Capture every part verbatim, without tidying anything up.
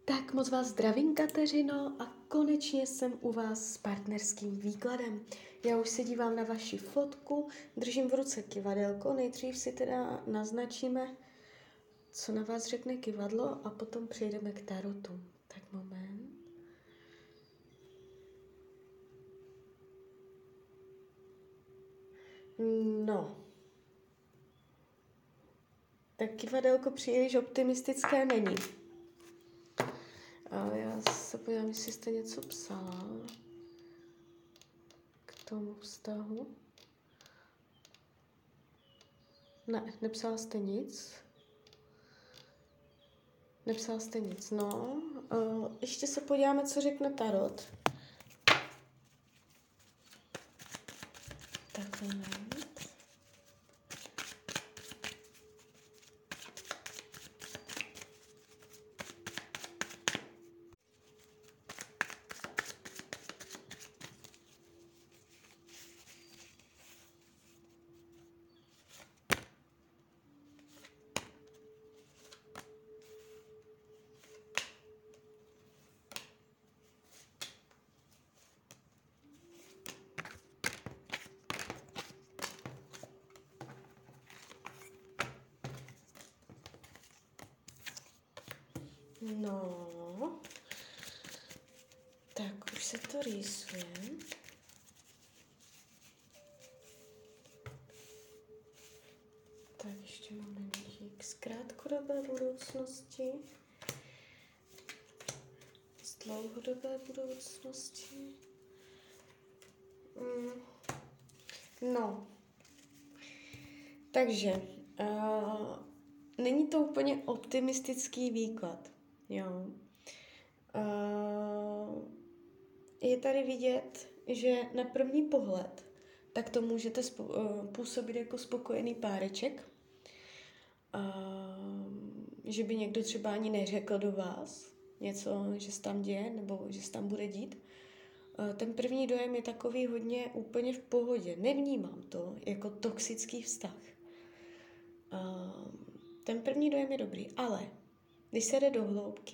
Tak moc vás zdravím, Kateřino, a konečně jsem u vás s partnerským výkladem. Já už se dívám na vaši fotku, držím v ruce kivadelko, nejdřív si teda naznačíme, co na vás řekne kivadlo a potom přejdeme k tarotu. Tak moment. No. Tak kivadelko příliš optimistické není. Ale já se podívám, jestli jste něco psala k tomu vztahu. Ne, nepsala jste nic. Nepsala jste nic, no. Uh, ještě se podíváme, co řekne tarot. Tak moment. No, tak už se to rýsuje. Tak ještě momentík. Z krátkodobé budoucnosti, z dlouhodobé budoucnosti. Mm. No, takže uh, není to úplně optimistický výklad. Jo. Uh, je tady vidět, že na první pohled tak to můžete spo- uh, působit jako spokojený páreček. Uh, že by někdo třeba ani neřekl do vás něco, že se tam děje, nebo že se tam bude dít. Uh, ten první dojem je takový hodně úplně v pohodě. Nevnímám to jako toxický vztah. Uh, ten první dojem je dobrý, ale když se jde do hloubky,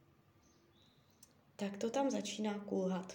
tak to tam začíná kulhat.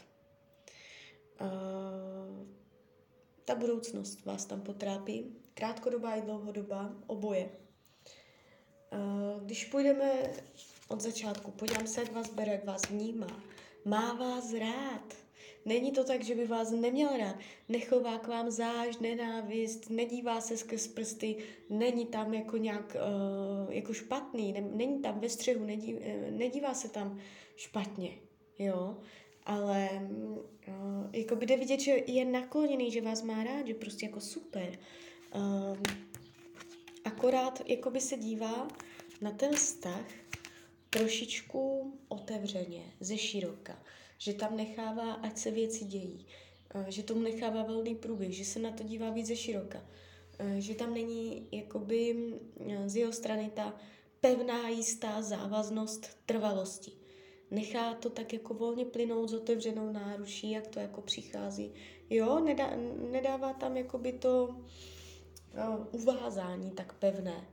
Uh, ta budoucnost vás tam potrápí, krátkodobá i dlouhodobá, oboje. Uh, když půjdeme od začátku, podívám se, jak vás bere, jak vás vnímá, má vás rád. Není to tak, že by vás neměl rád. Nechová k vám zášť, nenávist, nedívá se skrz prsty, není tam jako nějak uh, jako špatný, ne, není tam ve střehu, nedí, uh, nedívá se tam špatně, jo. Ale uh, jako by jde vidět, že je nakloněný, že vás má rád, že prostě jako super. Uh, akorát jako by se dívá na ten vztah trošičku otevřeně, ze široka. Že tam nechává, ať se věci dějí. Že tomu nechává volný průběh, že se na to dívá víc ze široka. Že tam není jakoby z jeho strany ta pevná jistá závaznost trvalosti. Nechá to tak jako volně plynout s otevřenou náruší, jak to jako přichází. Jo, nedá, nedává tam jakoby to jo, uvázání tak pevné.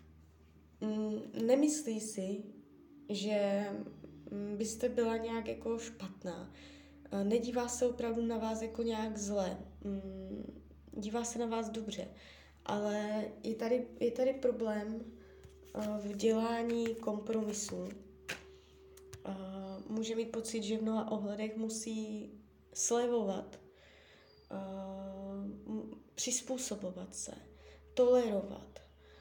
Nemyslí si, že byste byla nějak jako špatná. Nedívá se opravdu na vás jako nějak zle. Dívá se na vás dobře. Ale je tady, je tady problém v dělání kompromisů. Může mít pocit, že v mnoha ohledech musí slevovat, přizpůsobovat se, tolerovat.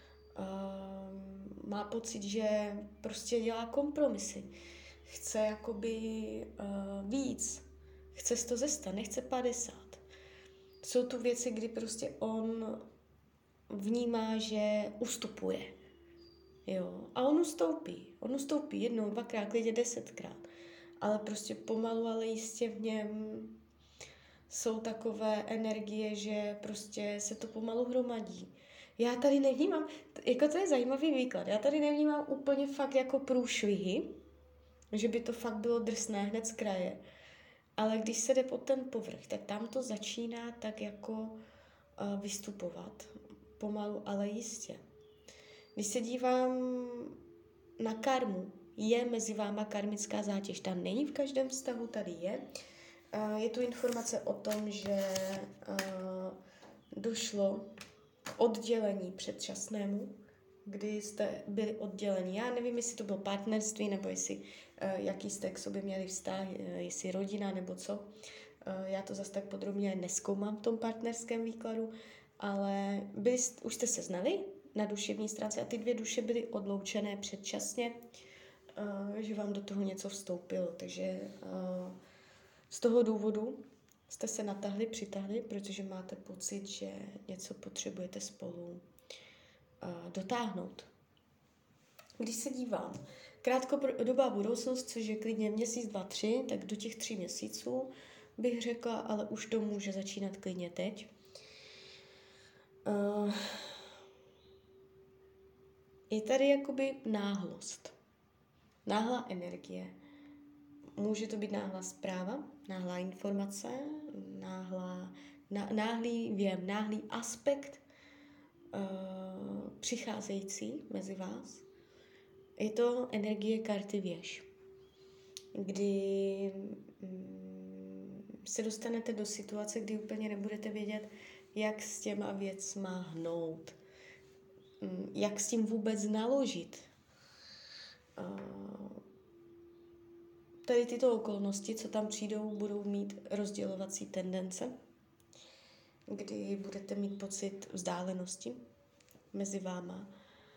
Má pocit, že prostě dělá kompromisy. Chce jakoby uh, víc. Chce sto ze sta, nechce padesát. Jsou tu věci, kdy prostě on vnímá, že ustupuje. Jo. A on ustoupí. On ustoupí jednou, dvakrát, klidně desetkrát. Ale prostě pomalu, ale jistě v něm jsou takové energie, že prostě se to pomalu hromadí. Já tady nevnímám, jako to je zajímavý výklad, já tady nevnímám úplně fakt jako průšvihy, že by to fakt bylo drsné hned z kraje, ale když se jde pod ten povrch, tak tam to začíná tak jako uh, vystupovat, pomalu, ale jistě. Když se dívám na karmu, je mezi váma karmická zátěž. Ta není v každém vztahu, tady je. Uh, je tu informace o tom, že uh, došlo k oddělení předčasnému, kdy jste byli odděleni. Já nevím, jestli to bylo partnerství, nebo jestli, uh, jaký jste k sobě měli vztah, uh, jestli rodina, nebo co. Uh, já to zase tak podrobně nezkoumám v tom partnerském výkladu, ale byli, už jste se znali na duševní stránce a ty dvě duše byly odloučené předčasně, uh, že vám do toho něco vstoupilo. Takže uh, z toho důvodu jste se natahli, přitahli, protože máte pocit, že něco potřebujete spolu uh, dotáhnout. Když se dívám, krátkodobá budoucnost, což je klidně měsíc, dva, tři, tak do těch tří měsíců bych řekla, ale už to může začínat klidně teď. Uh, je tady jakoby náhlost. Náhlá energie. Může to být náhlá zpráva, náhlá informace, náhlá, ná, náhlý věm, náhlý aspekt uh, přicházející mezi vás. Je to energie karty věž, kdy um, se dostanete do situace, kdy úplně nebudete vědět, jak s těma věcma hnout, um, jak s tím vůbec naložit. Uh, Tady tyto okolnosti, co tam přijdou, budou mít rozdělovací tendence, kdy budete mít pocit vzdálenosti mezi váma.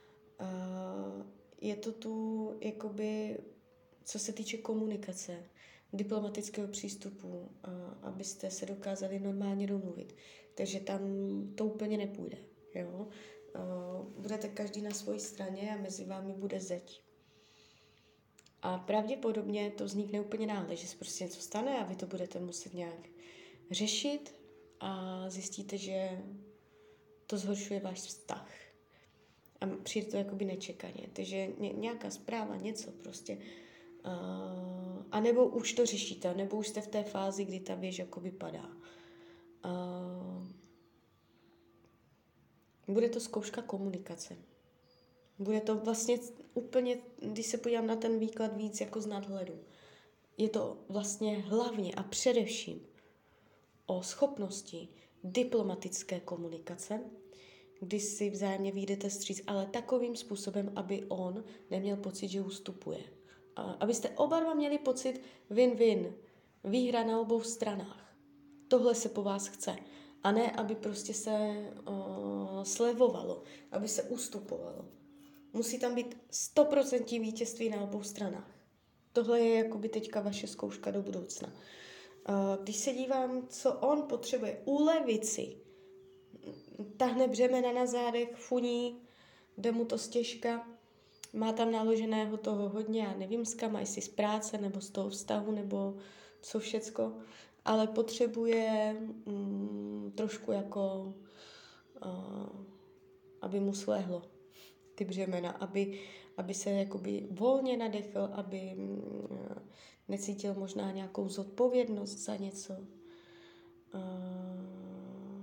Je to tu, jakoby, co se týče komunikace, diplomatického přístupu, abyste se dokázali normálně domluvit. Takže tam to úplně nepůjde. Jo? Budete každý na své straně a mezi vámi bude zeď. A pravděpodobně to vznikne úplně náhle, že se prostě něco stane a vy to budete muset nějak řešit a zjistíte, že to zhoršuje váš vztah. A přijde to jakoby nečekaně. Takže nějaká zpráva, něco prostě. Uh, a nebo už to řešíte, nebo už jste v té fázi, kdy ta věž jakoby padá. Uh, bude to zkouška komunikace. Bude to vlastně úplně, když se podívám na ten výklad víc jako z nadhledu, je to vlastně hlavně a především o schopnosti diplomatické komunikace, kdy si vzájemně vyjdete vstříc, ale takovým způsobem, aby on neměl pocit, že ustupuje. A abyste oba dva měli pocit win-win, výhra na obou stranách. Tohle se po vás chce. A ne, aby prostě se uh, slevovalo, aby se ustupovalo. Musí tam být sto procent vítězství na obou stranách. Tohle je jakoby teďka vaše zkouška do budoucna. Když se dívám, co on potřebuje, ulevit si, tahne břemena na zádech, funí, jde mu to stěžka, má tam naloženého toho hodně, já nevím s kam, jestli z práce, nebo z toho vztahu, nebo co všecko, ale potřebuje mm, trošku jako, uh, aby mu slehlo ty břemena, aby, aby se jakoby volně nadechl, aby mm, necítil možná nějakou zodpovědnost za něco. Uh,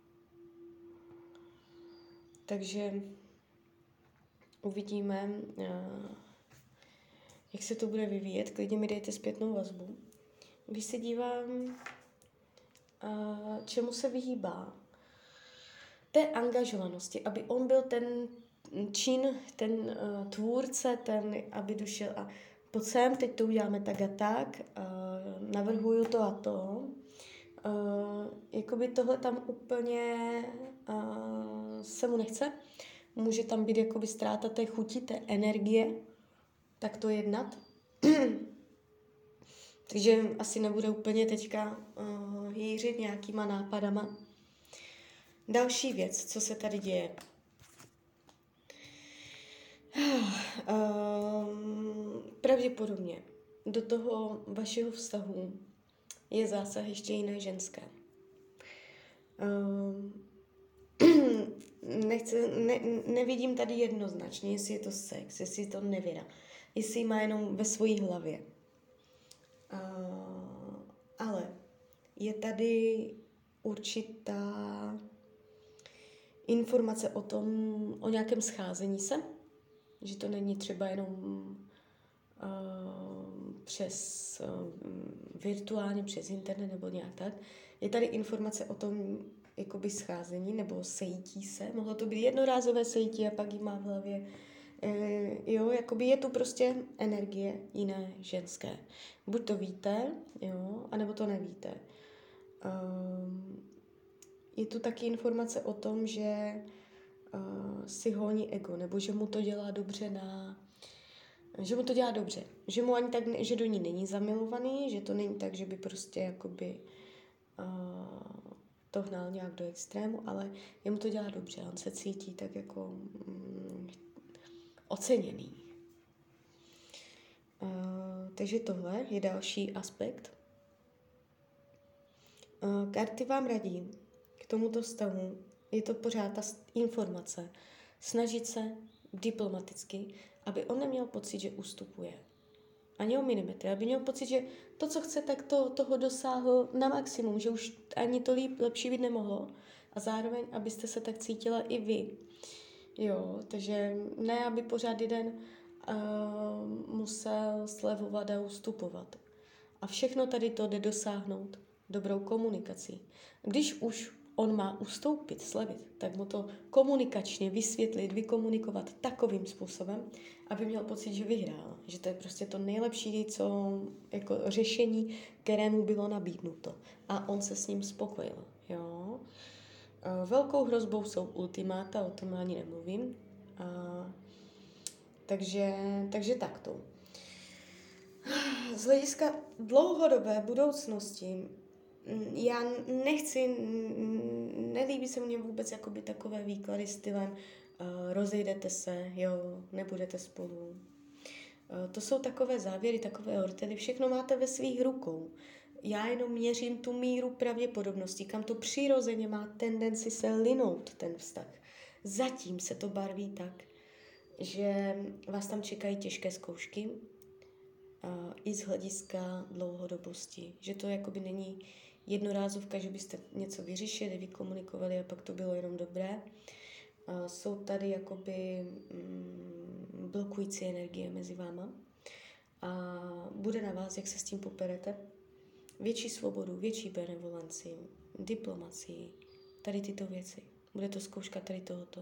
takže uvidíme, uh, jak se to bude vyvíjet. Klidně mi dejte zpětnou vazbu. Když se dívám, uh, čemu se vyhýbá, té angažovanosti, aby on byl ten čin, ten uh, tvůrce, ten, aby došel a pojď sem, teď to uděláme tak a tak, uh, navrhuju to a to. Uh, jakoby tohle tam úplně uh, se mu nechce. Může tam být jakoby ztráta té chuti, té energie, tak to jednat. Takže asi nebude úplně teďka uh, hýřit nějakýma nápadama. Další věc, co se tady děje. Um, pravděpodobně do toho vašeho vztahu je zásah ještě jiné ženské. Um, nechce, ne, nevidím tady jednoznačně, jestli je to sex, jestli je to nevěra, jestli má jenom ve své hlavě. Uh, ale je tady určitá informace o tom, o nějakém scházení se, že to není třeba jenom přes uh, virtuálně přes internet nebo nějak tak. Je tady informace o tom jakoby scházení nebo sejítí se. Mohlo to být jednorázové sejítí a pak jí má v hlavě. E, jo, jakoby je tu prostě energie jiné ženské. Buď to víte, jo, anebo to nevíte. Um, je tu taky informace o tom, že uh, si honí ego, nebo že mu to dělá dobře na že mu to dělá dobře, že mu ani tak, že do ní není zamilovaný, že to není tak, že by prostě jakoby uh, to hnal nějak do extrému, ale jemu to dělá dobře, on se cítí tak jako mm, oceněný. Uh, takže tohle je další aspekt. Uh, karty vám radí k tomuto stavu, je to pořád ta informace, snažit se diplomaticky, aby on neměl pocit, že ustupuje. Ani o milimetr, aby měl pocit, že to, co chce, tak to, toho dosáhl na maximum, že už ani to líp, lepší být nemohlo. A zároveň, abyste se tak cítila i vy. Jo, takže ne, aby pořád jeden uh, musel slevovat a ustupovat. A všechno tady to jde dosáhnout dobrou komunikací. Když už on má ustoupit, slevit, tak mu to komunikačně vysvětlit, vykomunikovat takovým způsobem, aby měl pocit, že vyhrál. Že to je prostě to nejlepší, co jako řešení, kterému bylo nabídnuto. A on se s ním spokojil. Jo? Velkou hrozbou jsou ultimáta, o tom ani nemluvím. A, takže, takže takto. Z hlediska dlouhodobé budoucnosti já nechci, nelíbí se mně vůbec jakoby takové výklady stylem uh, rozejdete se, jo, nebudete spolu. Uh, to jsou takové závěry, takové ortedy, všechno máte ve svých rukou. Já jenom měřím tu míru pravděpodobnosti, kam to přirozeně má tendenci se linout ten vztah. Zatím se to barví tak, že vás tam čekají těžké zkoušky, uh, i z hlediska dlouhodobosti, že to jakoby není jednorázovka, že byste něco vyřešili, vykomunikovali a pak to bylo jenom dobré. Uh, jsou tady jakoby mm, blokující energie mezi váma a bude na vás, jak se s tím poperete. Větší svobodu, větší benevolenci, diplomacii, tady tyto věci. Bude to zkouška tady tohoto.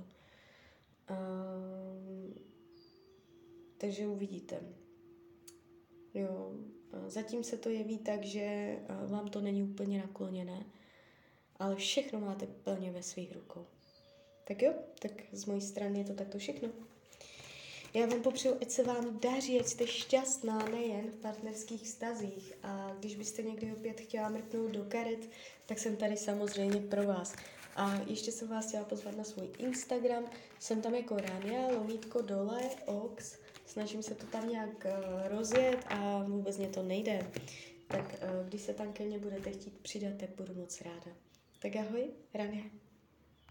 Uh, takže uvidíte. Jo, zatím se to jeví tak, že vám to není úplně nakloněné, ale všechno máte plně ve svých rukou. Tak jo, tak z mojí strany je to takto všechno. Já vám popřeju, ať se vám daří, ať jste šťastná nejen v partnerských vztazích a když byste někdy opět chtěla mrknout do karet, tak jsem tady samozřejmě pro vás. A ještě jsem vás chtěla pozvat na svůj Instagram, jsem tam jako Rania, lomítko dole, ox, snažím se to tam nějak uh, rozjet a vůbec mě to nejde. Tak uh, když se tam ke mně budete chtít přidat, tak budu moc ráda. Tak ahoj, Rania.